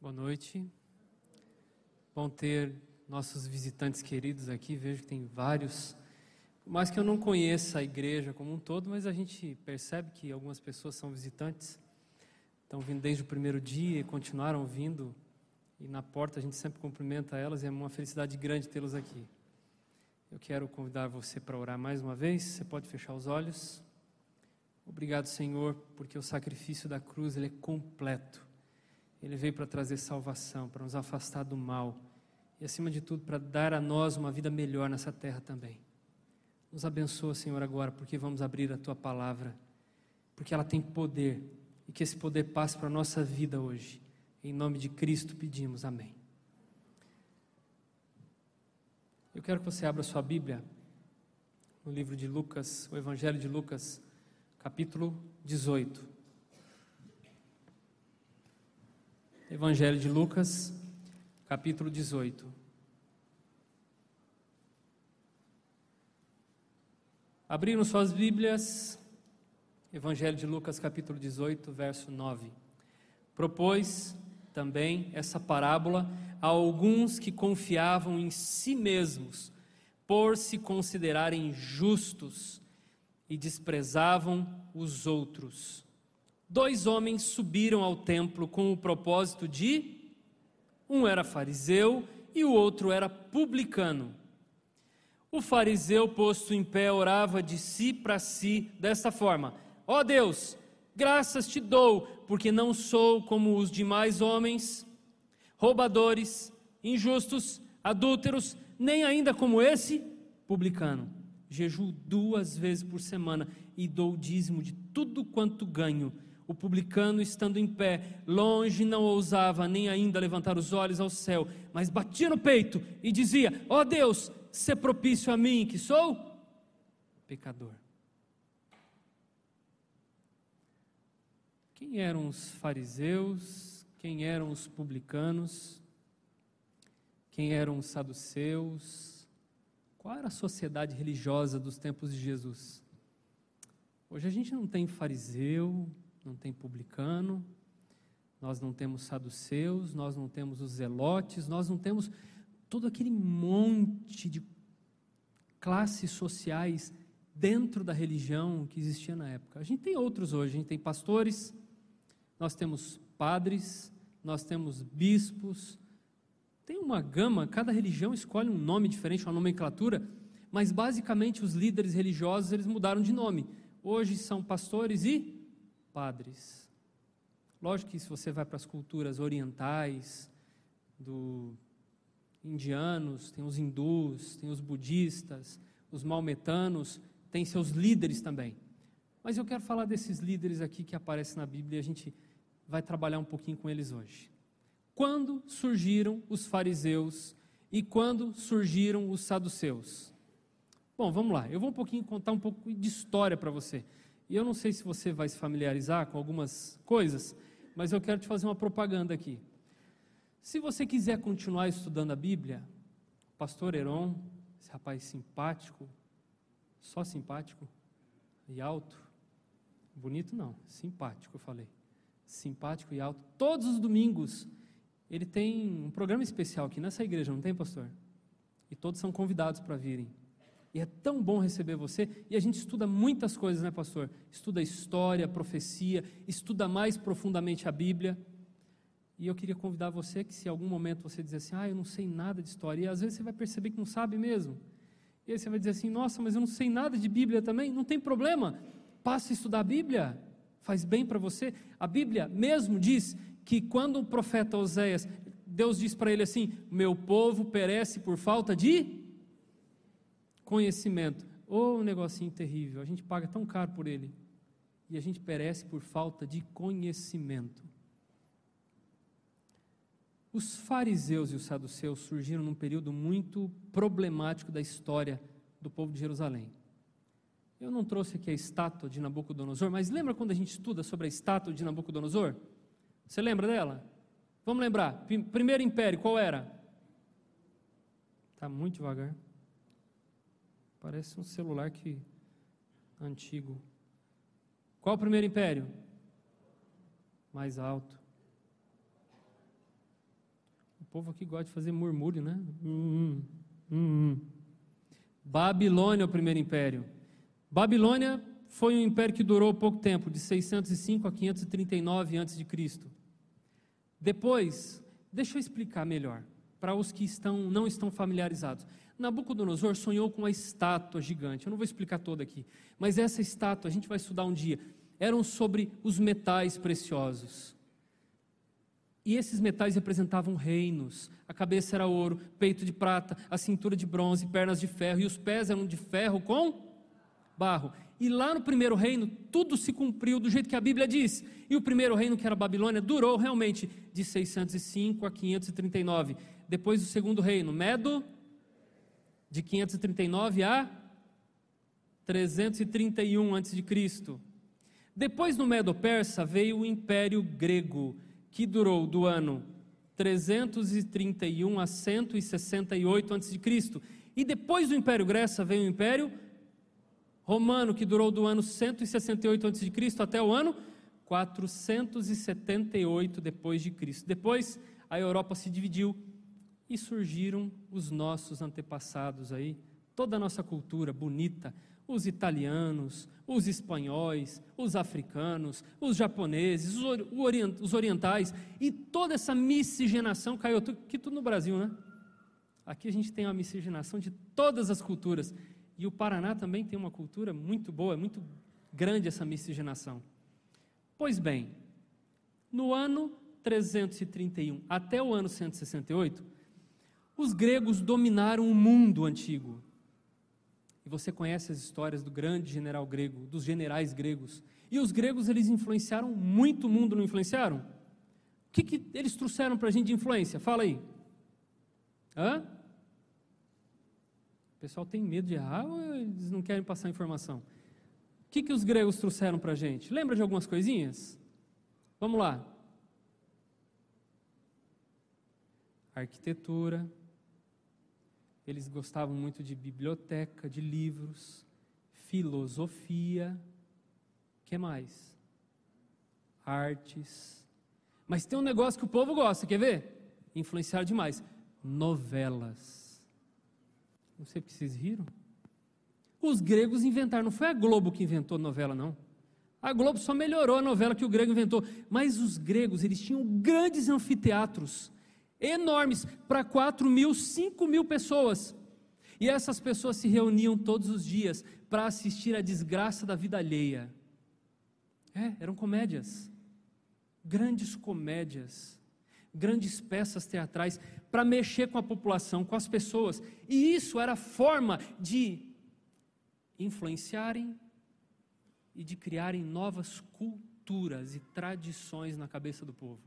Boa noite. Bom ter nossos visitantes queridos aqui. Vejo que tem vários. Por mais que eu não conheça a igreja como um todo, mas a gente percebe que algumas pessoas são visitantes. Estão vindo desde o primeiro dia e continuaram vindo. E na porta a gente sempre cumprimenta elas e é uma felicidade grande tê-los aqui. Eu quero convidar você para orar mais uma vez. Você pode fechar os olhos. Obrigado, Senhor, porque o sacrifício da cruz ele é completo. Ele veio para trazer salvação, para nos afastar do mal e, acima de tudo, para dar a nós uma vida melhor nessa terra também. Nos abençoa, Senhor, agora, porque vamos abrir a Tua palavra, porque ela tem poder e que esse poder passe para a nossa vida hoje. Em nome de Cristo pedimos, amém. Eu quero que você abra sua Bíblia no livro de Lucas, o Evangelho de Lucas, capítulo 18. Evangelho de Lucas, capítulo 18. Abriram suas Bíblias, Evangelho de Lucas, capítulo 18, verso 9. Propôs também essa parábola a alguns que confiavam em si mesmos, por se considerarem justos, e desprezavam os outros. 2 homens subiram ao templo com o propósito de... Um era fariseu e o outro era publicano. O fariseu, posto em pé, orava de si para si desta forma: ó Deus, graças te dou, porque não sou como os demais homens, roubadores, injustos, adúlteros, nem ainda como esse publicano. Jejuo 2 vezes por semana e dou o dízimo de tudo quanto ganho. O publicano, estando em pé, longe não ousava nem ainda levantar os olhos ao céu, mas batia no peito e dizia: ó Deus, sê propício a mim, que sou pecador. Quem eram os fariseus? Quem eram os publicanos? Quem eram os saduceus? Qual era a sociedade religiosa dos tempos de Jesus? Hoje a gente não tem fariseu, não tem publicano, nós não temos saduceus, nós não temos os zelotes, nós não temos todo aquele monte de classes sociais dentro da religião que existia na época. A gente tem outros hoje, a gente tem pastores, nós temos padres, nós temos bispos, tem uma gama, cada religião escolhe um nome diferente, uma nomenclatura, mas basicamente os líderes religiosos eles mudaram de nome. Hoje são pastores e padres. Lógico que se você vai para as culturas orientais, indianos, tem os hindus, tem os budistas, os maometanos, tem seus líderes também. Mas eu quero falar desses líderes aqui que aparecem na Bíblia e a gente vai trabalhar um pouquinho com eles hoje. Quando surgiram os fariseus e quando surgiram os saduceus? Bom, vamos lá, eu vou contar um pouco de história para você. E eu não sei se você vai se familiarizar com algumas coisas, mas eu quero te fazer uma propaganda aqui. Se você quiser continuar estudando a Bíblia, o pastor Heron, esse rapaz simpático, só simpático e alto, bonito não, simpático eu falei, simpático e alto, todos os domingos ele tem um programa especial aqui nessa igreja, não tem, pastor? E todos são convidados para virem. E é tão bom receber você, e a gente estuda muitas coisas, né, pastor? Estuda história, profecia, estuda mais profundamente a Bíblia. E eu queria convidar você que se em algum momento você dizer assim: eu não sei nada de história, e às vezes você vai perceber que não sabe mesmo. E aí você vai dizer assim: nossa, mas eu não sei nada de Bíblia também. Não tem problema, passe a estudar a Bíblia, faz bem para você. A Bíblia mesmo diz que quando o profeta Oséias, Deus diz para ele assim: meu povo perece por falta de conhecimento. Um negocinho terrível, a gente paga tão caro por ele, e a gente perece por falta de conhecimento. Os fariseus e os saduceus surgiram num período muito problemático da história do povo de Jerusalém. Eu não trouxe aqui a estátua de Nabucodonosor, mas lembra quando a gente estuda sobre a estátua de Nabucodonosor? Você lembra dela? Vamos lembrar, primeiro império, qual era? Está muito devagar. Parece um celular antigo. Qual o primeiro império? Mais alto. povo aqui gosta de fazer murmúrio, né? Babilônia é o primeiro império. Babilônia foi um império que durou pouco tempo, de 605 a 539 a.C. Depois, deixa eu explicar melhor, para os que não estão familiarizados. Nabucodonosor sonhou com uma estátua gigante, eu não vou explicar toda aqui, mas essa estátua, a gente vai estudar um dia, eram sobre os metais preciosos. E esses metais representavam reinos, a cabeça era ouro, peito de prata, a cintura de bronze, pernas de ferro, e os pés eram de ferro com barro. E lá no primeiro reino, tudo se cumpriu do jeito que a Bíblia diz. E o primeiro reino, que era a Babilônia, durou realmente de 605 a 539. Depois o segundo reino, Medo, de 539 a 331 a.C. Depois no Medo-Persa veio o Império Grego, que durou do ano 331 a 168 a.C. E depois do Império Grego veio o Império Romano, que durou do ano 168 a.C. até o ano 478 depois de Cristo. Depois a Europa se dividiu e surgiram os nossos antepassados aí, toda a nossa cultura bonita, os italianos, os espanhóis, os africanos, os japoneses, os orientais, e toda essa miscigenação caiu aqui tudo no Brasil, né? Aqui a gente tem uma miscigenação de todas as culturas, e o Paraná também tem uma cultura muito boa, é muito grande essa miscigenação. Pois bem, no ano 331 até o ano 168, os gregos dominaram o mundo antigo. E você conhece as histórias do grande general grego, dos generais gregos. E os gregos, eles influenciaram muito o mundo, não influenciaram? O que eles trouxeram para a gente de influência? Fala aí. O pessoal tem medo de errar ou eles não querem passar informação? O que os gregos trouxeram para a gente? Lembra de algumas coisinhas? Vamos lá. Arquitetura. Eles gostavam muito de biblioteca, de livros, filosofia, o que mais? Artes. Mas tem um negócio que o povo gosta, quer ver? Influenciaram demais. Novelas. Não sei porque vocês riram. Os gregos inventaram, não foi a Globo que inventou a novela, não. A Globo só melhorou a novela que o grego inventou. Mas os gregos, eles tinham grandes anfiteatros, enormes, para 4.000, 5.000 pessoas, e essas pessoas se reuniam todos os dias para assistir a desgraça da vida alheia. Eram comédias, grandes peças teatrais, para mexer com a população, com as pessoas, e isso era a forma de influenciarem e de criarem novas culturas e tradições na cabeça do povo.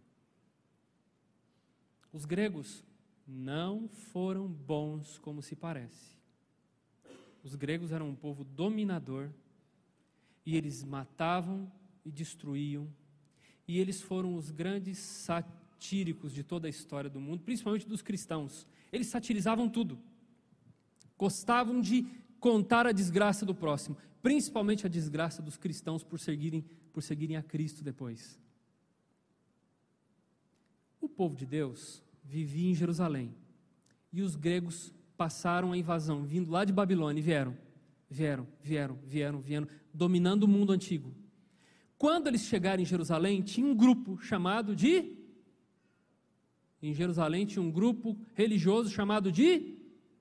Os gregos não foram bons como se parece. Os gregos eram um povo dominador, e eles matavam e destruíam, e eles foram os grandes satíricos de toda a história do mundo, principalmente dos cristãos. Eles satirizavam tudo, gostavam de contar a desgraça do próximo, principalmente a desgraça dos cristãos por seguirem a Cristo depois. O povo de Deus vivia em Jerusalém, e os gregos passaram a invasão, vindo lá de Babilônia, e vieram, dominando o mundo antigo. Quando eles chegaram em Jerusalém, tinha um grupo religioso chamado de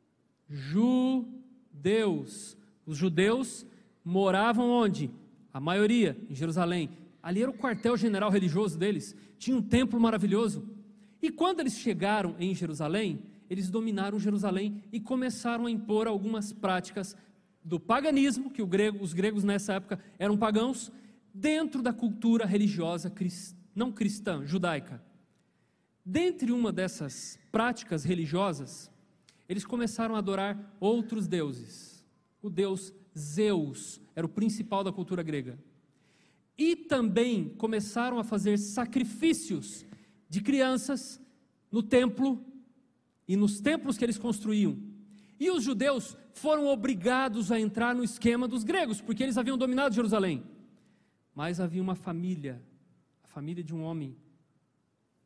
judeus. Os judeus moravam onde? A maioria, em Jerusalém. Ali era o quartel-general religioso deles, tinha um templo maravilhoso. E quando eles chegaram em Jerusalém, eles dominaram Jerusalém e começaram a impor algumas práticas do paganismo, que os gregos nessa época eram pagãos, dentro da cultura religiosa não cristã, judaica. Dentre uma dessas práticas religiosas, eles começaram a adorar outros deuses. O deus Zeus era o principal da cultura grega. E também começaram a fazer sacrifícios de crianças no templo e nos templos que eles construíam. E os judeus foram obrigados a entrar no esquema dos gregos, porque eles haviam dominado Jerusalém. Mas havia uma família, a família de um homem,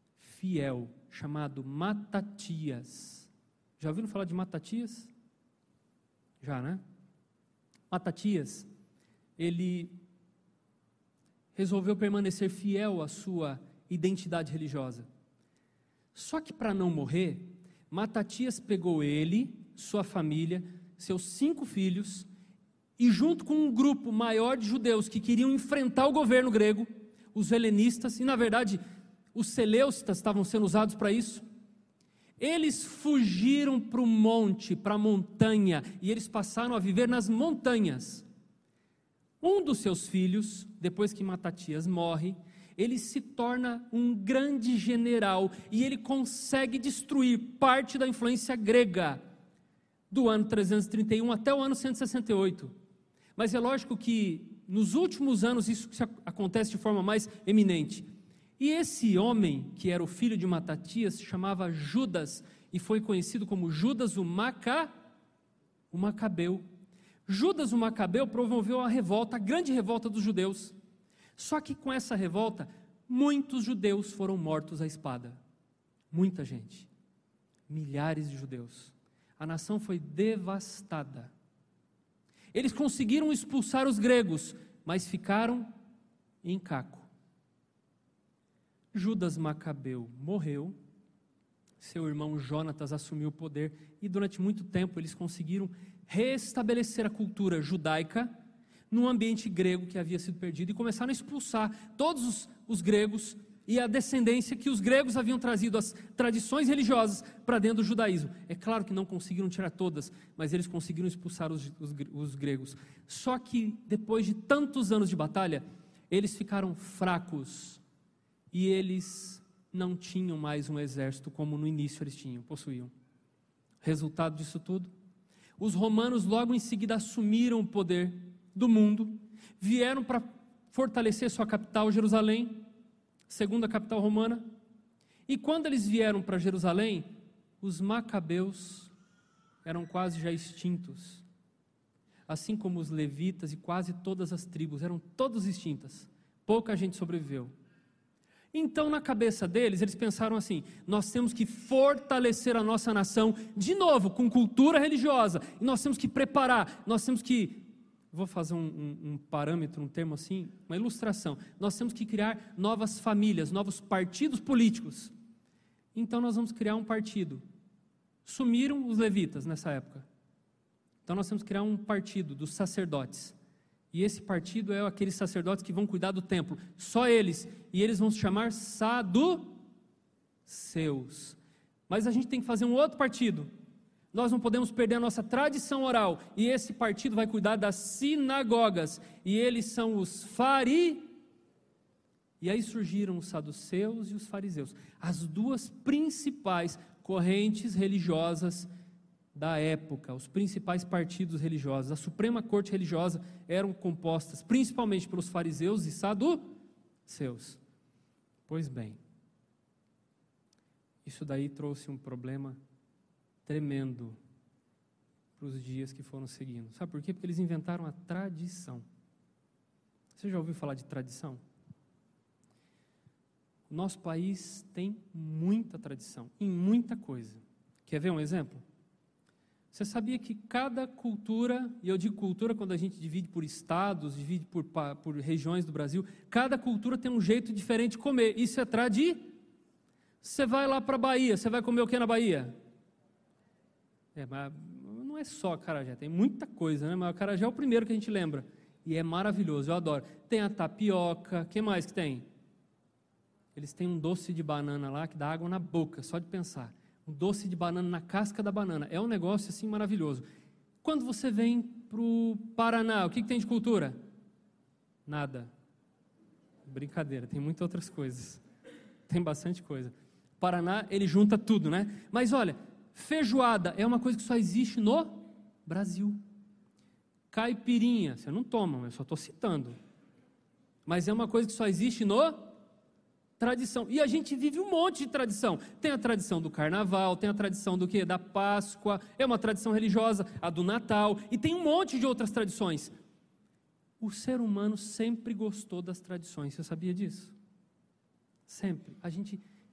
fiel chamado Matatias. Já ouviram falar de Matatias? Já, né? Matatias, ele resolveu permanecer fiel à sua identidade religiosa. Só que para não morrer, Matatias pegou ele, sua família, seus 5 filhos, e junto com um grupo maior de judeus que queriam enfrentar o governo grego, os helenistas, e na verdade os seleucitas estavam sendo usados para isso, eles fugiram para o monte, para a montanha, e eles passaram a viver nas montanhas. Um dos seus filhos, depois que Matatias morre, ele se torna um grande general, e ele consegue destruir parte da influência grega, do ano 331 até o ano 168. Mas é lógico que nos últimos anos isso acontece de forma mais eminente. E esse homem, que era o filho de Matatias, se chamava Judas, e foi conhecido como Judas o Macabeu. Judas o Macabeu promoveu a revolta, a grande revolta dos judeus. Só que com essa revolta, muitos judeus foram mortos à espada. Muita gente. Milhares de judeus. A nação foi devastada. Eles conseguiram expulsar os gregos, mas ficaram em caco. Judas Macabeu morreu, seu irmão Jonatas assumiu o poder, e durante muito tempo eles conseguiram restabelecer a cultura judaica num ambiente grego que havia sido perdido, e começaram a expulsar todos os gregos e a descendência que os gregos haviam trazido, as tradições religiosas, para dentro do judaísmo. É claro que não conseguiram tirar todas, mas eles conseguiram expulsar os gregos. Só que depois de tantos anos de batalha, eles ficaram fracos, e eles não tinham mais um exército como no início eles possuíam. Resultado disso tudo, os romanos logo em seguida assumiram o poder do mundo, vieram para fortalecer sua capital, Jerusalém, segunda capital romana, e quando eles vieram para Jerusalém, os macabeus eram quase já extintos, assim como os levitas e quase todas as tribos, eram todas extintas, pouca gente sobreviveu. Então, na cabeça deles, eles pensaram assim: nós temos que fortalecer a nossa nação de novo, com cultura religiosa, e nós temos que preparar, nós temos que, vou fazer um parâmetro, um termo assim, uma ilustração, nós temos que criar novas famílias, novos partidos políticos. Então nós vamos criar um partido. Sumiram os levitas nessa época, então nós temos que criar um partido dos sacerdotes. E esse partido é aqueles sacerdotes que vão cuidar do templo, só eles, e eles vão se chamar saduceus. Mas a gente tem que fazer um outro partido. Nós não podemos perder a nossa tradição oral, e esse partido vai cuidar das sinagogas, e eles são os E aí surgiram os saduceus e os fariseus, as duas principais correntes religiosas da época, os principais partidos religiosos. A Suprema Corte Religiosa eram compostas principalmente pelos fariseus e saduceus. Pois bem, isso daí trouxe um problema tremendo para os dias que foram seguindo. Sabe por quê? Porque eles inventaram a tradição. Você já ouviu falar de tradição? O nosso país tem muita tradição, em muita coisa. Quer ver um exemplo? Você sabia que cada cultura, e eu digo cultura quando a gente divide por estados, divide por regiões do Brasil, cada cultura tem um jeito diferente de comer. Isso é tradição. Você vai lá para a Bahia, você vai comer o que na Bahia? Mas não é só acarajé, tem muita coisa, né? Mas o acarajé é o primeiro que a gente lembra. E é maravilhoso, eu adoro. Tem a tapioca, o que mais que tem? Eles têm um doce de banana lá que dá água na boca, só de pensar. Um doce de banana na casca da banana. É um negócio assim maravilhoso. Quando você vem para o Paraná, o que tem de cultura? Nada. Brincadeira, tem muitas outras coisas. Tem bastante coisa. O Paraná, ele junta tudo, né? Mas olha, feijoada é uma coisa que só existe no Brasil. Caipirinha, você não toma, eu só estou citando. Mas é uma coisa que só existe no tradição. E a gente vive um monte de tradição. Tem a tradição do carnaval, tem a tradição do quê? Da Páscoa, é uma tradição religiosa, a do Natal, e tem um monte de outras tradições. O ser humano sempre gostou das tradições, você sabia disso? Sempre.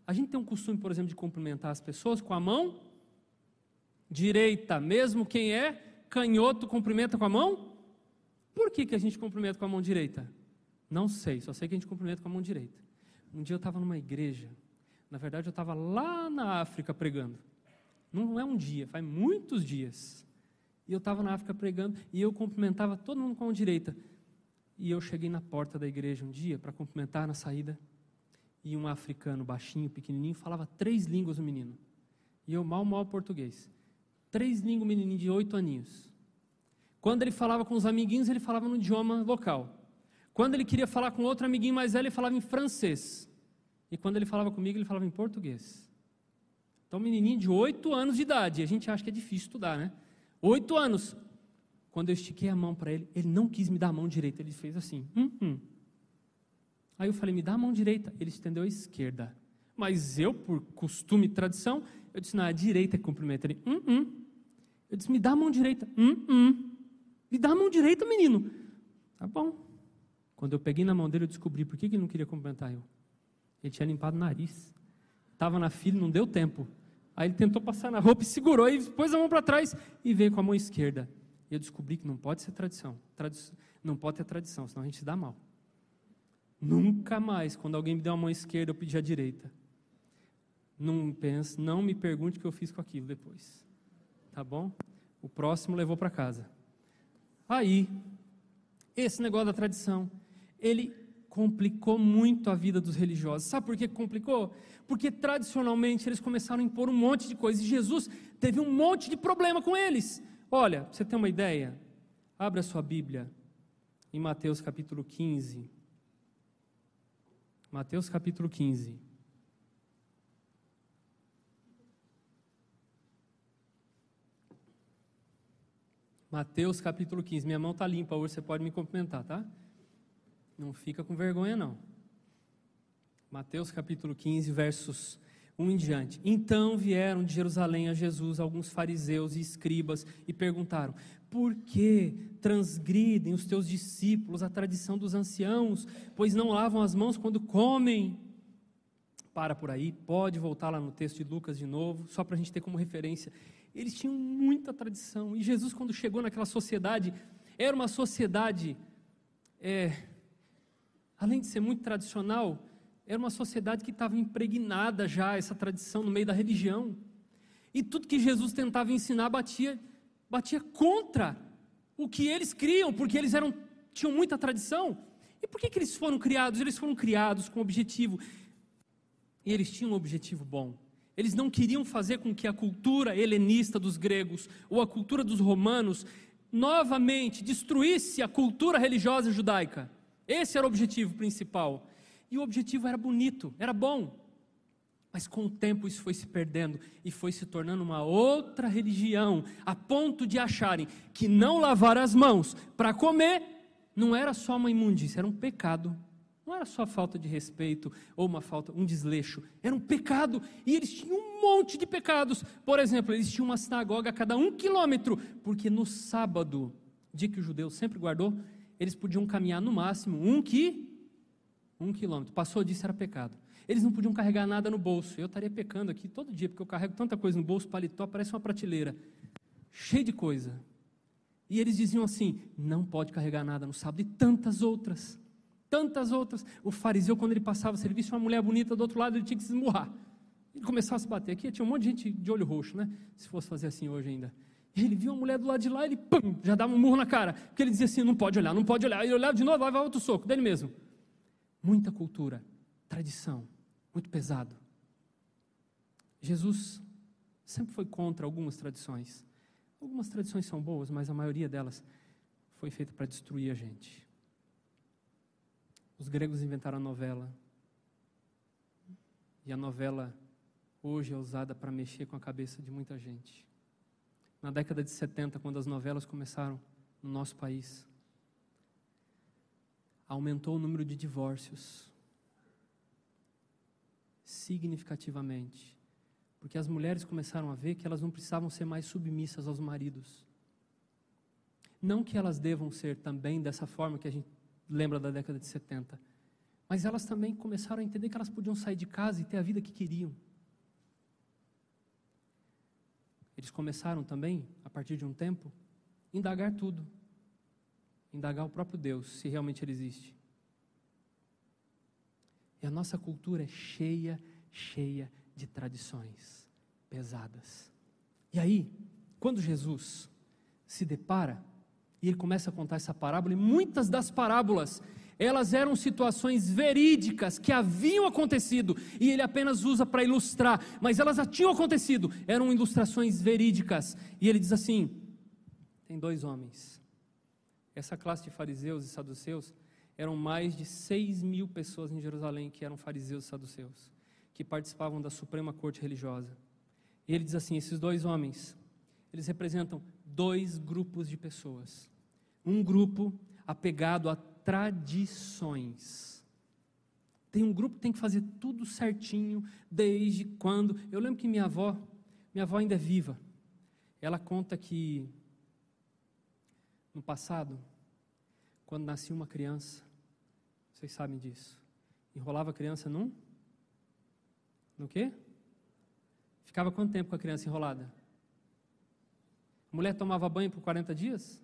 A gente tem um costume, por exemplo, de cumprimentar as pessoas com a mão direita, mesmo quem é canhoto cumprimenta com a mão? Por que a gente cumprimenta com a mão direita? Não sei, só sei que a gente cumprimenta com a mão direita. Um dia eu estava numa igreja, na verdade eu estava lá na África pregando. Não é um dia, faz muitos dias. E eu estava na África pregando e eu cumprimentava todo mundo com a mão direita. E eu cheguei na porta da igreja um dia para cumprimentar na saída. E um africano baixinho, pequenininho, falava 3 línguas o menino. E eu mal português. 3 línguas, o menininho de 8 aninhos. Quando ele falava com os amiguinhos, ele falava no idioma local. Quando ele queria falar com outro amiguinho mais velho, ele falava em francês. E quando ele falava comigo, ele falava em português. Então, um menininho de 8 anos de idade. A gente acha que é difícil estudar, né? 8 anos. Quando eu estiquei a mão para ele, ele não quis me dar a mão direita. Ele fez assim. Aí eu falei, me dá a mão direita. Ele estendeu a esquerda. Mas eu, por costume e tradição, eu disse, não, a direita é cumprimento. Ele, Eu disse, me dá a mão direita. Me dá a mão direita, menino. Tá bom. Quando eu peguei na mão dele, eu descobri por que ele não queria cumprimentar eu. Ele tinha limpado o nariz. Estava na fila, não deu tempo. Aí ele tentou passar na roupa e segurou, e pôs a mão para trás e veio com a mão esquerda. E eu descobri que não pode ser tradição. Não pode ter tradição, senão a gente se dá mal. Nunca mais, quando alguém me deu a mão esquerda, eu pedi a direita. Não me pergunte o que eu fiz com aquilo depois. Tá bom? O próximo levou para casa. Aí, esse negócio da tradição, ele complicou muito a vida dos religiosos. Sabe por que complicou? Porque tradicionalmente eles começaram a impor um monte de coisas. E Jesus teve um monte de problema com eles. Olha, pra você ter uma ideia, abra a sua Bíblia em Mateus capítulo 15. Mateus capítulo 15. Mateus capítulo 15. Minha mão está limpa hoje, você pode me cumprimentar, tá? Não fica com vergonha, não. Mateus capítulo 15, versos 1 em diante. Então vieram de Jerusalém a Jesus alguns fariseus e escribas e perguntaram: por que transgridem os teus discípulos a tradição dos anciãos, pois não lavam as mãos quando comem? Para por aí, pode voltar lá no texto de Lucas de novo, só para a gente ter como referência. Eles tinham muita tradição, e Jesus, quando chegou naquela sociedade, era uma sociedade, além de ser muito tradicional, era uma sociedade que estava impregnada já, essa tradição no meio da religião, e tudo que Jesus tentava ensinar batia contra o que eles criam, porque eles tinham muita tradição. E por que eles foram criados? Eles foram criados com um objetivo, e eles tinham um objetivo bom. Eles não queriam fazer com que a cultura helenista dos gregos, ou a cultura dos romanos, novamente destruísse a cultura religiosa judaica. Esse era o objetivo principal. E o objetivo era bonito, era bom. Mas com o tempo isso foi se perdendo e foi se tornando uma outra religião, a ponto de acharem que não lavar as mãos para comer não era só uma imundícia, era um pecado. Não era só falta de respeito ou um desleixo, era um pecado. E eles tinham um monte de pecados. Por exemplo, eles tinham uma sinagoga a cada 1 quilômetro, porque no sábado, dia que o judeu sempre guardou, eles podiam caminhar no máximo 1 quilômetro. Passou disso, era pecado. Eles não podiam carregar nada no bolso. Eu estaria pecando aqui todo dia, porque eu carrego tanta coisa no bolso, paletó, parece uma prateleira, cheia de coisa. E eles diziam assim: não pode carregar nada no sábado, e tantas outras. O fariseu, quando ele passava, se ele visse uma mulher bonita do outro lado, ele tinha que se esmurrar. Ele começava a se bater. Aqui tinha um monte de gente de olho roxo, né? Se fosse fazer assim hoje ainda. Ele via uma mulher do lado de lá, ele já dava um murro na cara, porque ele dizia assim: não pode olhar. Ele olhava de novo, levava outro soco dele mesmo. Muita cultura, tradição, muito pesado. Jesus sempre foi contra algumas tradições. Algumas tradições são boas, mas a maioria delas foi feita para destruir a gente. Os gregos inventaram a novela, e a novela hoje é usada para mexer com a cabeça de muita gente. Na década de 70, quando as novelas começaram no nosso país, aumentou o número de divórcios significativamente, porque as mulheres começaram a ver que elas não precisavam ser mais submissas aos maridos. Não que elas devam ser também dessa forma que a gente lembra da década de 70, Mas elas também começaram a entender que elas podiam sair de casa e ter a vida que queriam. Eles começaram também, a partir de um tempo, indagar tudo. Indagar o próprio Deus, se realmente Ele existe. E a nossa cultura é cheia de tradições pesadas. E aí, quando Jesus se depara, e Ele começa a contar essa parábola, e muitas das parábolas, elas eram situações verídicas que haviam acontecido, e Ele apenas usa para ilustrar, mas elas já tinham acontecido, eram ilustrações verídicas. E Ele diz assim: tem 2 homens. Essa classe de fariseus e saduceus eram mais de 6.000 pessoas em Jerusalém que eram fariseus e saduceus, que participavam da Suprema Corte Religiosa. E Ele diz assim: esses 2 homens, eles representam 2 grupos de pessoas. Um grupo apegado a tradições. Tem um grupo que tem que fazer tudo certinho, desde quando... Eu lembro que minha avó ainda é viva. Ela conta que, no passado, quando nascia uma criança, vocês sabem disso, enrolava a criança no quê? Ficava quanto tempo com a criança enrolada? A mulher tomava banho por 40 dias?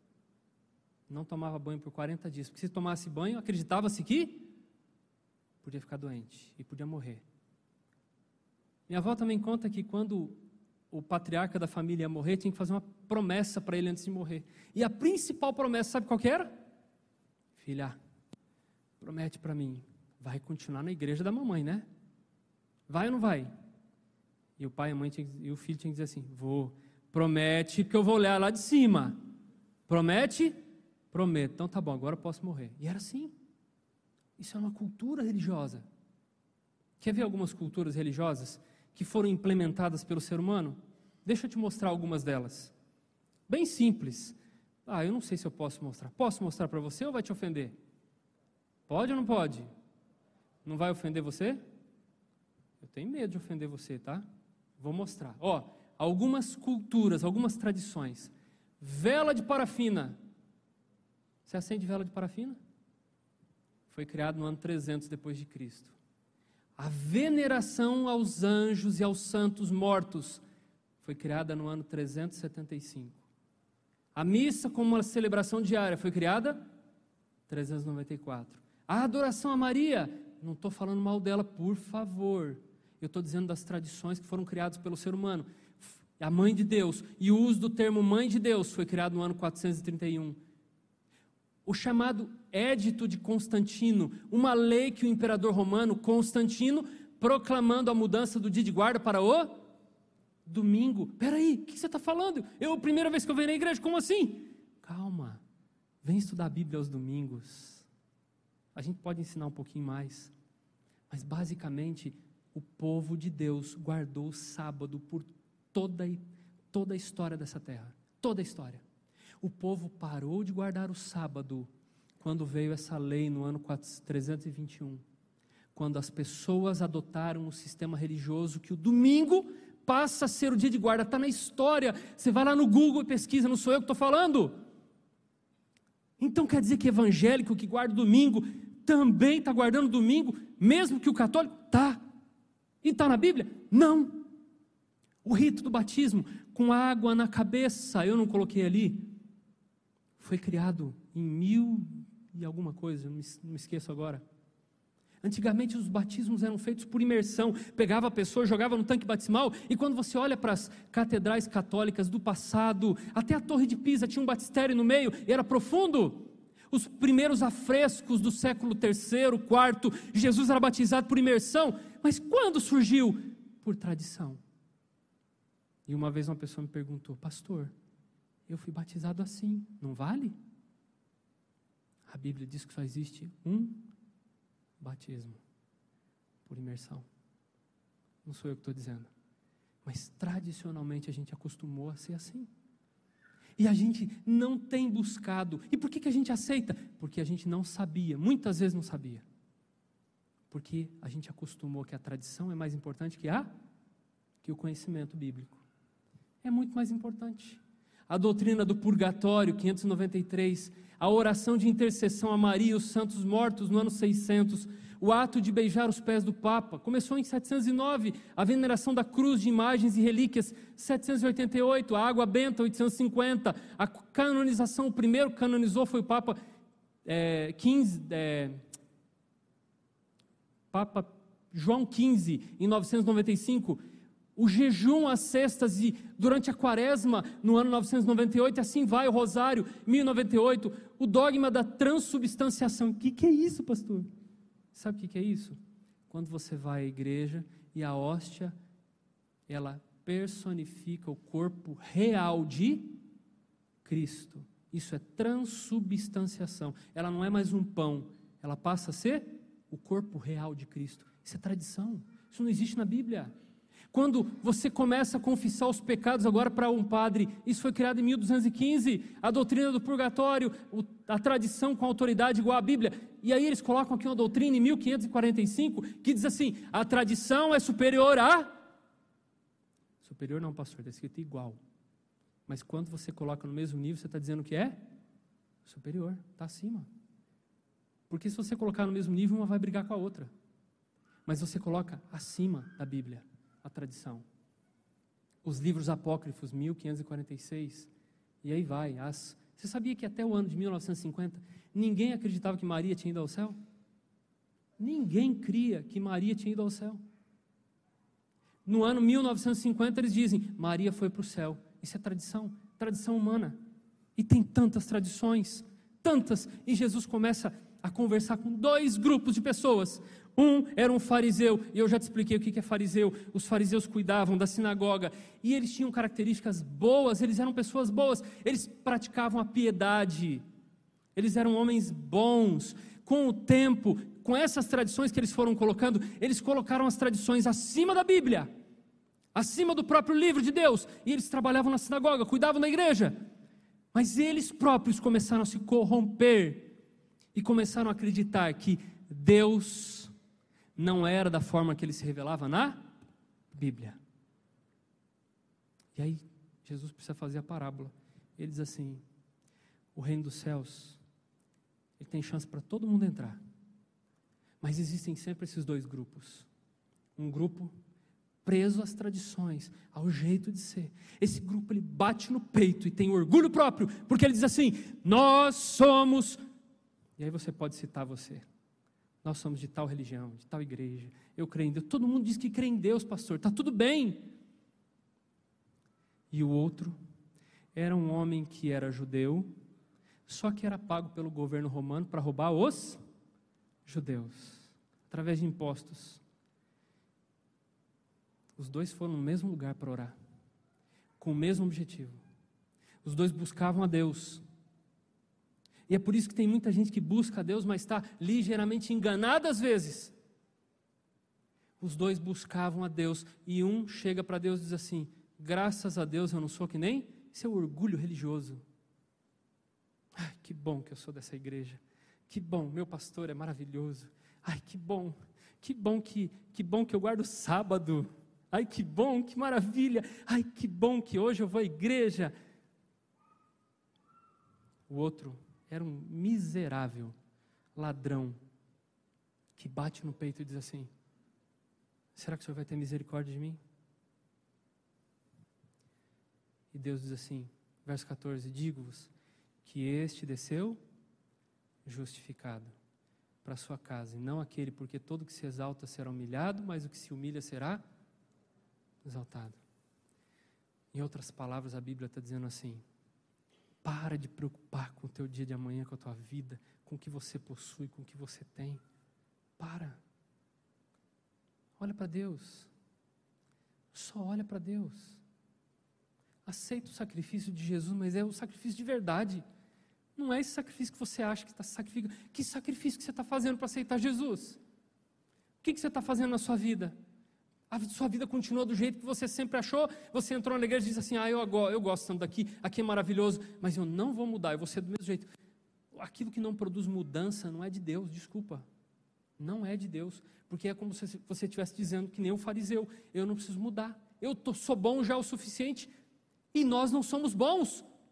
Não tomava banho por 40 dias, porque se tomasse banho, acreditava-se que podia ficar doente e podia morrer. Minha avó também conta que quando o patriarca da família ia morrer, tinha que fazer uma promessa para ele antes de morrer. E a principal promessa, sabe qual que era? Filha, promete para mim, vai continuar na igreja da mamãe, né? Vai ou não vai? E o pai e a mãe e o filho tinham que dizer assim: vou. Promete que eu vou olhar lá de cima. Promete? Prometo. Então tá bom, agora eu posso morrer. E era assim. Isso é uma cultura religiosa. Quer ver algumas culturas religiosas que foram implementadas pelo ser humano? Deixa eu te mostrar algumas delas. Bem simples. Eu não sei se eu posso mostrar. Posso mostrar para você ou vai te ofender? Pode ou não pode? Não vai ofender você? Eu tenho medo de ofender você, tá? Vou mostrar. Algumas culturas, algumas tradições. Vela de parafina. Você acende vela de parafina? Foi criado no ano 300 depois de Cristo. A veneração aos anjos e aos santos mortos foi criada no ano 375. A missa como uma celebração diária foi criada 394. A adoração a Maria, não estou falando mal dela, por favor. Eu estou dizendo das tradições que foram criadas pelo ser humano. A mãe de Deus, e o uso do termo mãe de Deus foi criado no ano 431. O chamado Édito de Constantino, uma lei que o imperador romano Constantino, proclamando a mudança do dia de guarda para o domingo. Peraí, o que você está falando? A primeira vez que eu venho na igreja, como assim? Calma, vem estudar a Bíblia aos domingos. A gente pode ensinar um pouquinho mais, mas basicamente o povo de Deus guardou o sábado por toda a história dessa terra, toda a história. O povo parou de guardar o sábado quando veio essa lei no ano 321, quando as pessoas adotaram um sistema religioso que o domingo passa a ser o dia de guarda. Está na história, você vai lá no Google e pesquisa, não sou eu que estou falando. Então quer dizer que evangélico que guarda o domingo também está guardando o domingo, mesmo que o católico? Tá. E está na Bíblia? Não. O rito do batismo com água na cabeça, eu não coloquei ali, foi criado em 1000 e alguma coisa, não me esqueço agora. Antigamente os batismos eram feitos por imersão, pegava a pessoa, jogava no tanque batismal, e quando você olha para as catedrais católicas do passado, até a Torre de Pisa tinha um batistério no meio, e era profundo. Os primeiros afrescos do século III, IV, Jesus era batizado por imersão, mas quando surgiu? Por tradição. E uma vez uma pessoa me perguntou: pastor, eu fui batizado assim, não vale? A Bíblia diz que só existe um batismo, por imersão. Não sou eu que estou dizendo, mas tradicionalmente a gente acostumou a ser assim. E a gente não tem buscado. E por que a gente aceita? Porque a gente não sabia, muitas vezes não sabia. Porque a gente acostumou que a tradição é mais importante que o conhecimento bíblico. É muito mais importante. A doutrina do purgatório, 593, a oração de intercessão a Maria e os santos mortos no ano 600, o ato de beijar os pés do Papa, começou em 709, a veneração da cruz de imagens e relíquias, 788, a água benta, 850, a canonização, o primeiro que canonizou foi o Papa Papa João XV, em 995, o jejum às sextas e durante a quaresma, no ano 998, assim vai, o rosário, 1098, o dogma da transubstanciação. O que é isso, pastor? Sabe o que é isso? Quando você vai à igreja e a hóstia, ela personifica o corpo real de Cristo. Isso é transubstanciação. Ela não é mais um pão, ela passa a ser o corpo real de Cristo. Isso é tradição, isso não existe na Bíblia. Quando você começa a confessar os pecados agora para um padre, isso foi criado em 1215, a doutrina do purgatório, a tradição com autoridade igual à Bíblia, e aí eles colocam aqui uma doutrina em 1545, que diz assim, a tradição é superior a... Superior não, pastor, está escrito igual, mas quando você coloca no mesmo nível, você está dizendo que é superior, está acima, porque se você colocar no mesmo nível, uma vai brigar com a outra, mas você coloca acima da Bíblia, a tradição. Os livros apócrifos, 1546, e aí vai. Você sabia que até o ano de 1950, ninguém acreditava que Maria tinha ido ao céu? Ninguém cria que Maria tinha ido ao céu. No ano 1950, eles dizem, Maria foi para o céu. Isso é tradição humana. E tem tantas tradições, tantas, e Jesus começa a conversar com dois grupos de pessoas. Um era um fariseu, e eu já te expliquei o que é fariseu. Os fariseus cuidavam da sinagoga, e eles tinham características boas, eles eram pessoas boas, eles praticavam a piedade, eles eram homens bons. Com o tempo, com essas tradições que eles foram colocando, eles colocaram as tradições acima da Bíblia, acima do próprio livro de Deus, e eles trabalhavam na sinagoga, cuidavam da igreja, mas eles próprios começaram a se corromper, e começaram a acreditar que Deus não era da forma que ele se revelava na Bíblia. E aí, Jesus precisa fazer a parábola. Ele diz assim, o reino dos céus, ele tem chance para todo mundo entrar. Mas existem sempre esses dois grupos. Um grupo preso às tradições, ao jeito de ser. Esse grupo, ele bate no peito e tem orgulho próprio, porque ele diz assim, nós somos... E aí você pode citar você. Nós somos de tal religião, de tal igreja, eu creio em Deus. Todo mundo diz que crê em Deus, pastor, está tudo bem. E o outro era um homem que era judeu, só que era pago pelo governo romano para roubar os judeus, através de impostos. Os dois foram no mesmo lugar para orar, com o mesmo objetivo. Os dois buscavam a Deus. E é por isso que tem muita gente que busca a Deus, mas está ligeiramente enganada às vezes. Os dois buscavam a Deus, e um chega para Deus e diz assim, graças a Deus eu não sou que nem seu orgulho religioso. Ai, que bom que eu sou dessa igreja, que bom, meu pastor é maravilhoso, ai, que bom que eu guardo o sábado, ai, que bom, que maravilha, ai, que bom que hoje eu vou à igreja. O outro era um miserável ladrão que bate no peito e diz assim, será que o Senhor vai ter misericórdia de mim? E Deus diz assim, verso 14, digo-vos que este desceu justificado para a sua casa, e não aquele, porque todo que se exalta será humilhado, mas o que se humilha será exaltado. Em outras palavras, a Bíblia está dizendo assim, para de preocupar com o teu dia de amanhã, com a tua vida, com o que você possui, com o que você tem. Para. Olha para Deus. Só olha para Deus. Aceita o sacrifício de Jesus, mas é o sacrifício de verdade. Não é esse sacrifício que você acha que está sacrificando. Que sacrifício que você está fazendo para aceitar Jesus? O que você está fazendo na sua vida? A sua vida continua do jeito que você sempre achou? Você entrou na igreja e diz assim, eu gosto tanto daqui, aqui é maravilhoso, mas eu não vou mudar, eu vou ser do mesmo jeito. Aquilo que não produz mudança não é de Deus, desculpa. Não é de Deus, porque é como se você estivesse dizendo que nem o fariseu, eu não preciso mudar, sou bom já o suficiente, e nós não somos bons,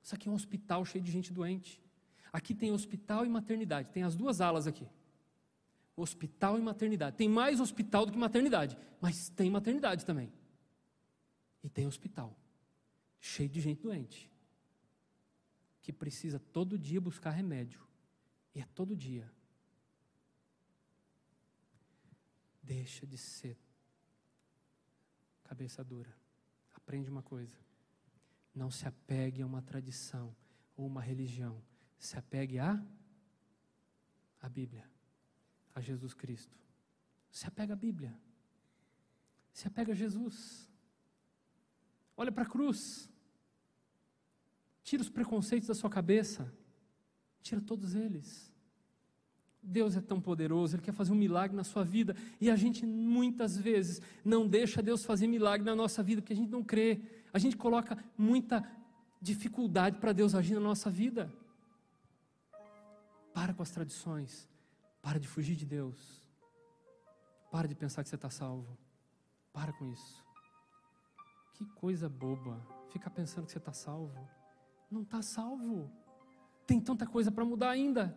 Isso aqui é um hospital cheio de gente doente. Aqui tem hospital e maternidade, tem as duas alas aqui. Hospital e maternidade. Tem mais hospital do que maternidade, mas tem maternidade também. E tem hospital, cheio de gente doente, que precisa todo dia buscar remédio. E é todo dia. Deixa de ser cabeça dura. Aprende uma coisa. Não se apegue a uma tradição ou uma religião. Se apegue à Bíblia, a Jesus Cristo. Se apega à Bíblia. Se apega a Jesus. Olha para a cruz. Tira os preconceitos da sua cabeça. Tira todos eles. Deus é tão poderoso, Ele quer fazer um milagre na sua vida, e a gente muitas vezes não deixa Deus fazer milagre na nossa vida, porque a gente não crê, a gente coloca muita dificuldade para Deus agir na nossa vida. Para com as tradições, para de fugir de Deus, para de pensar que você está salvo, para com isso. Que coisa boba, ficar pensando que você está salvo, não está salvo, tem tanta coisa para mudar ainda.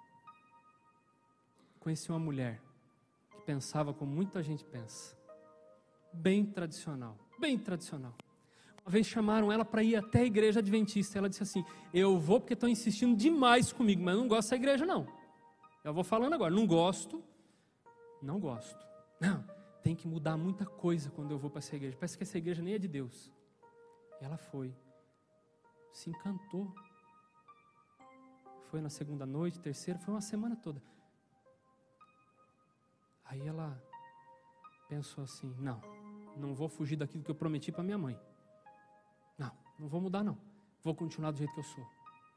Conheci uma mulher que pensava como muita gente pensa, bem tradicional, bem tradicional. Uma vez chamaram ela para ir até a igreja adventista, ela disse assim, eu vou porque estão insistindo demais comigo, mas eu não gosto dessa igreja não. Eu vou falando agora, não gosto. Não, tem que mudar muita coisa quando eu vou para essa igreja, parece que essa igreja nem é de Deus. E ela foi, se encantou. Foi na segunda noite, terceira, foi uma semana toda. Aí ela pensou assim, não vou fugir daquilo que eu prometi para minha mãe. Não vou mudar não, vou continuar do jeito que eu sou.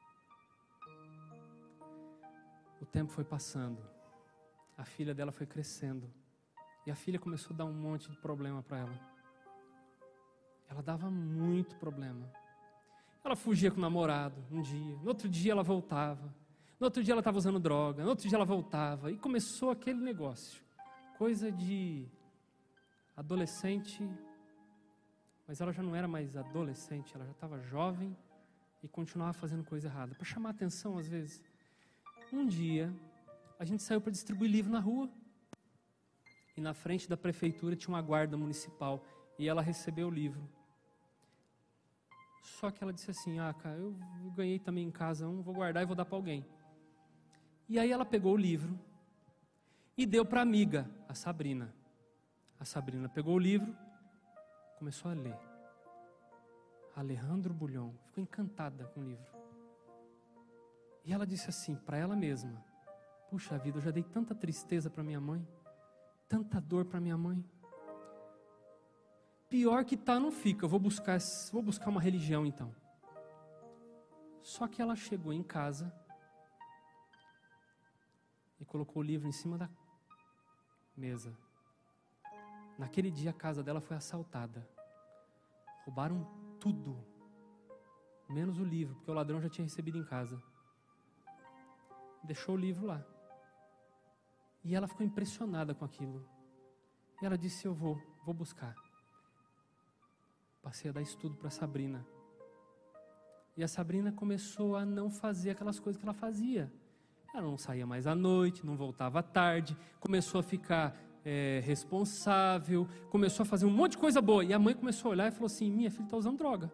O tempo foi passando, a filha dela foi crescendo, e a filha começou a dar um monte de problema para ela. Ela dava muito problema. Ela fugia com o namorado um dia, no outro dia ela voltava, no outro dia ela estava usando droga, no outro dia ela voltava, e começou aquele negócio. Coisa de adolescente, mas ela já não era mais adolescente, ela já estava jovem e continuava fazendo coisa errada, para chamar atenção às vezes. Um dia, a gente saiu para distribuir livro na rua, e na frente da prefeitura tinha uma guarda municipal, e ela recebeu o livro. Só que ela disse assim, cara, eu ganhei também em casa vou guardar e vou dar para alguém. E aí ela pegou o livro, e deu para a amiga, a Sabrina. A Sabrina pegou o livro, começou a ler. Alejandro Bulhon, ficou encantada com o livro. E ela disse assim, para ela mesma, puxa vida, eu já dei tanta tristeza para minha mãe, tanta dor para minha mãe. Pior que tá, não fica, eu vou buscar uma religião então. Só que ela chegou em casa e colocou o livro em cima da mesa. Naquele dia a casa dela foi assaltada. Roubaram tudo, menos o livro, porque o ladrão já tinha recebido em casa. Deixou o livro lá. E ela ficou impressionada com aquilo. E ela disse, eu vou buscar. Passei a dar estudo para a Sabrina. E a Sabrina começou a não fazer aquelas coisas que ela fazia. Ela não saía mais à noite, não voltava à tarde, começou a ficar responsável, começou a fazer um monte de coisa boa. E a mãe começou a olhar e falou assim, minha filha está usando droga.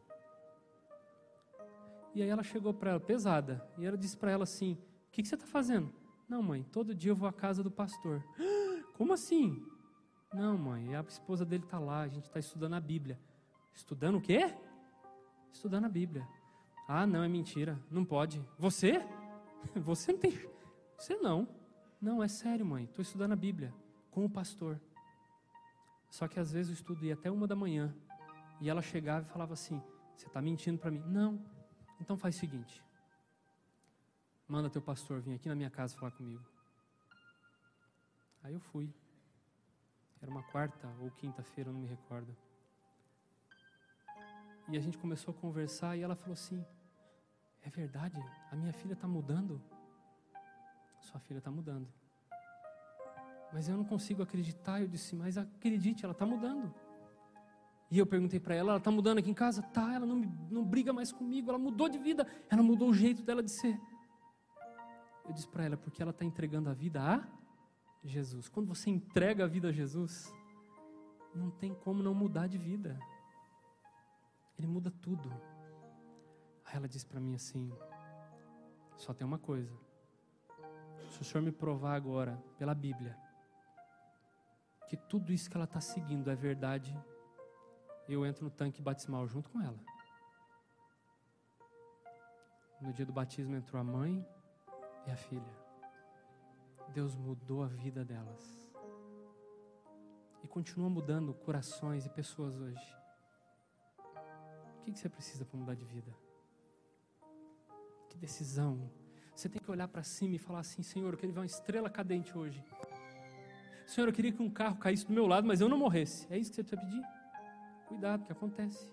E aí ela chegou para ela, pesada, e ela disse para ela assim, o que você está fazendo? Não, mãe, todo dia eu vou à casa do pastor. Como assim? Não, mãe, a esposa dele está lá, a gente está estudando a Bíblia. Estudando o quê? Estudando a Bíblia. Ah, não, é mentira, não pode. Você? Você não tem... Você não. Não, é sério, mãe, estou estudando a Bíblia com o pastor. Só que às vezes o estudo ia até 1h, e ela chegava e falava assim, você está mentindo para mim? Não. Então faz o seguinte, manda teu pastor vir aqui na minha casa falar comigo. Aí eu fui. Era uma quarta ou quinta-feira, eu não me recordo. E a gente começou a conversar e ela falou assim, é verdade? A minha filha está mudando? Sua filha está mudando. Mas eu não consigo acreditar. Eu disse, mas acredite, ela está mudando. E eu perguntei para ela está mudando aqui em casa? Tá, ela não briga mais comigo, ela mudou de vida, ela mudou o jeito dela de ser. Eu disse para ela, porque ela está entregando a vida a Jesus. Quando você entrega a vida a Jesus, não tem como não mudar de vida. Ele muda tudo. Aí ela disse para mim assim, só tem uma coisa, se o Senhor me provar agora, pela Bíblia, que tudo isso que ela está seguindo é verdade, eu entro no tanque batismal junto com ela. No dia do batismo entrou a mãe e a filha. Deus mudou a vida delas. E continua mudando corações e pessoas hoje. O que você precisa para mudar de vida? Que decisão. Você tem que olhar para cima e falar assim, Senhor, eu queria ver uma estrela cadente hoje. Senhor, eu queria que um carro caísse do meu lado, mas eu não morresse. É isso que você precisa pedir? Cuidado, que acontece.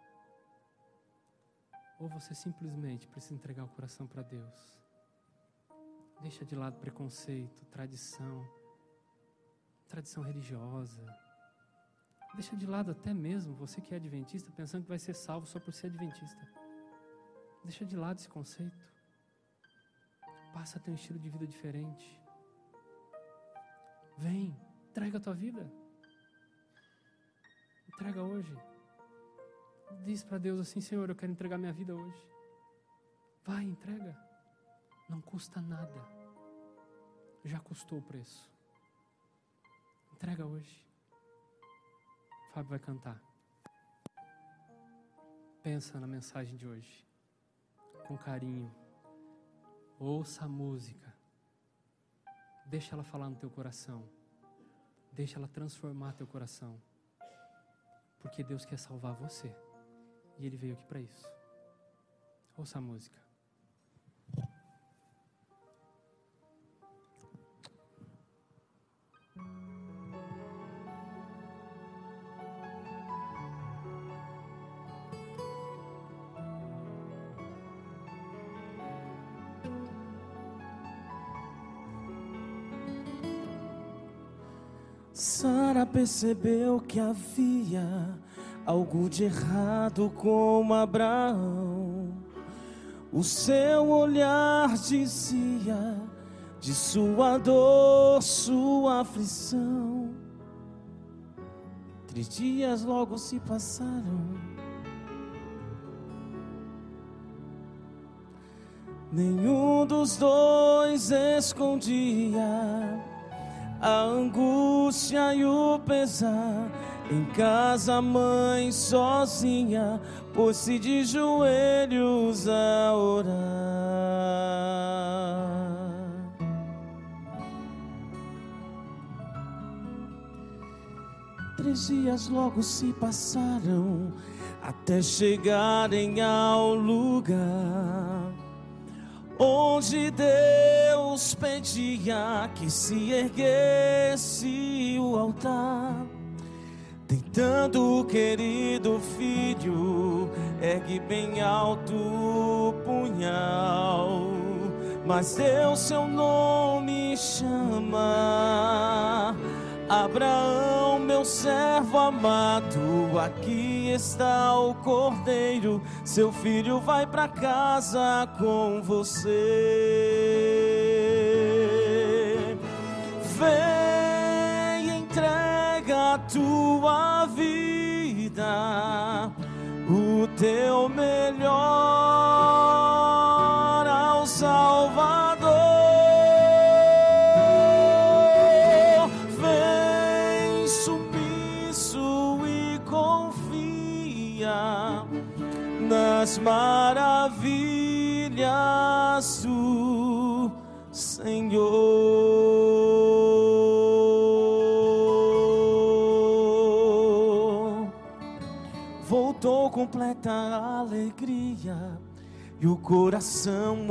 Ou você simplesmente precisa entregar o coração para Deus. Deixa de lado preconceito, tradição religiosa. Deixa de lado até mesmo você que é adventista, pensando que vai ser salvo só por ser adventista. Deixa de lado esse conceito. Passa a ter um estilo de vida diferente. Vem, entrega a tua vida. Entrega hoje. Diz para Deus assim, Senhor, eu quero entregar minha vida hoje. Vai, entrega. Não custa nada. Já custou o preço. Entrega hoje. O Fábio vai cantar. Pensa na mensagem de hoje. Com carinho. Ouça a música. Deixa ela falar no teu coração. Deixa ela transformar teu coração. Porque Deus quer salvar você. E Ele veio aqui para isso. Ouça a música. Sara percebeu que havia algo de errado com Abraão. O seu olhar dizia de sua dor, sua aflição. 3 dias logo se passaram. Nenhum dos dois escondia a angústia e o pesar. Em casa a mãe sozinha pôs-se de joelhos a orar. 3 dias logo se passaram até chegarem ao lugar onde Deus pedia que se erguesse o altar. Tentando o querido filho, ergue bem alto o punhal, mas Deus seu nome chama. Abraão, meu servo amado, aqui está o cordeiro, seu filho vai para casa com você. Vem, entrega a tua vida, o teu melhor ao Salvador. Vem submisso e confia nas maravilhas do Senhor. Voltou completa alegria e o coração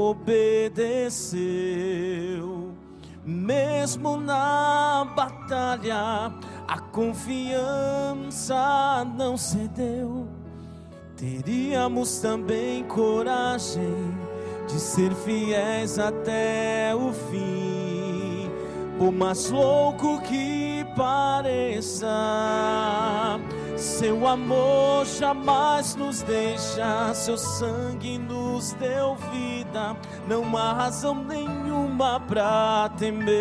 obedeceu. Mesmo na batalha, a confiança não cedeu. Teríamos também coragem de ser fiéis até o fim. Por mais louco que pareça, Seu amor jamais nos deixa, seu sangue nos deu vida, não há razão nenhuma pra temer.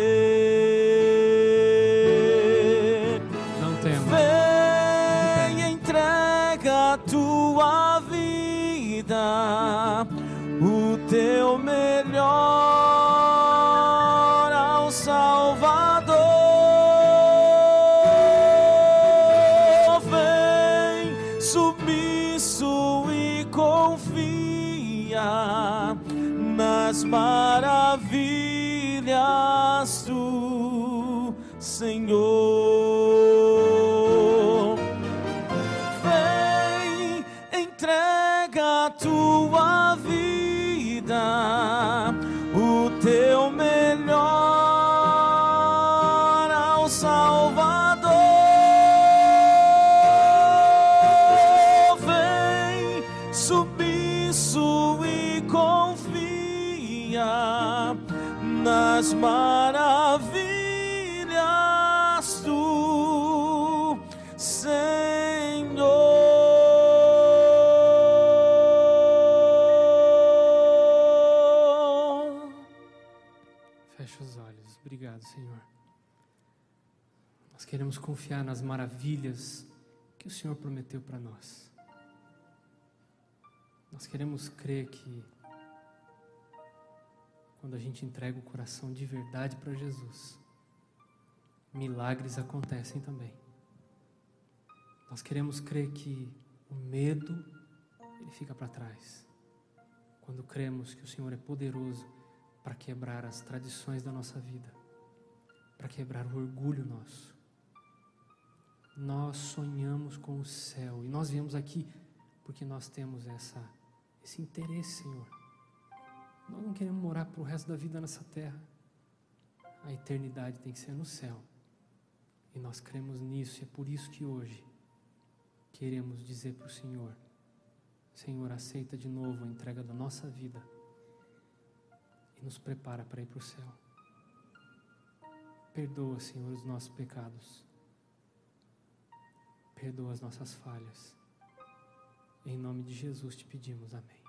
Não temo. Vem, entrega a tua vida, o teu melhor ao Salvador. Vem, submisso e confia nas maravilhas do Senhor. Vem, entrega a tua vida, o teu melhor ao Salvador. Vem, submisso e confia nas maravilhas do Senhor. Fecha os olhos. Obrigado, Senhor. Nós queremos confiar nas maravilhas que o Senhor prometeu para nós. Nós queremos crer que quando a gente entrega o coração de verdade para Jesus, milagres acontecem também. Nós queremos crer que o medo, ele fica para trás. Quando cremos que o Senhor é poderoso para quebrar as tradições da nossa vida, para quebrar o orgulho nosso. Nós sonhamos com o céu e nós viemos aqui porque nós temos esse interesse, Senhor. Nós não queremos morar para o resto da vida nessa terra. A eternidade tem que ser no céu. E nós cremos nisso e é por isso que hoje queremos dizer para o Senhor: Senhor, aceita de novo a entrega da nossa vida e nos prepara para ir para o céu. Perdoa, Senhor, os nossos pecados. Perdoa as nossas falhas. Em nome de Jesus te pedimos, amém.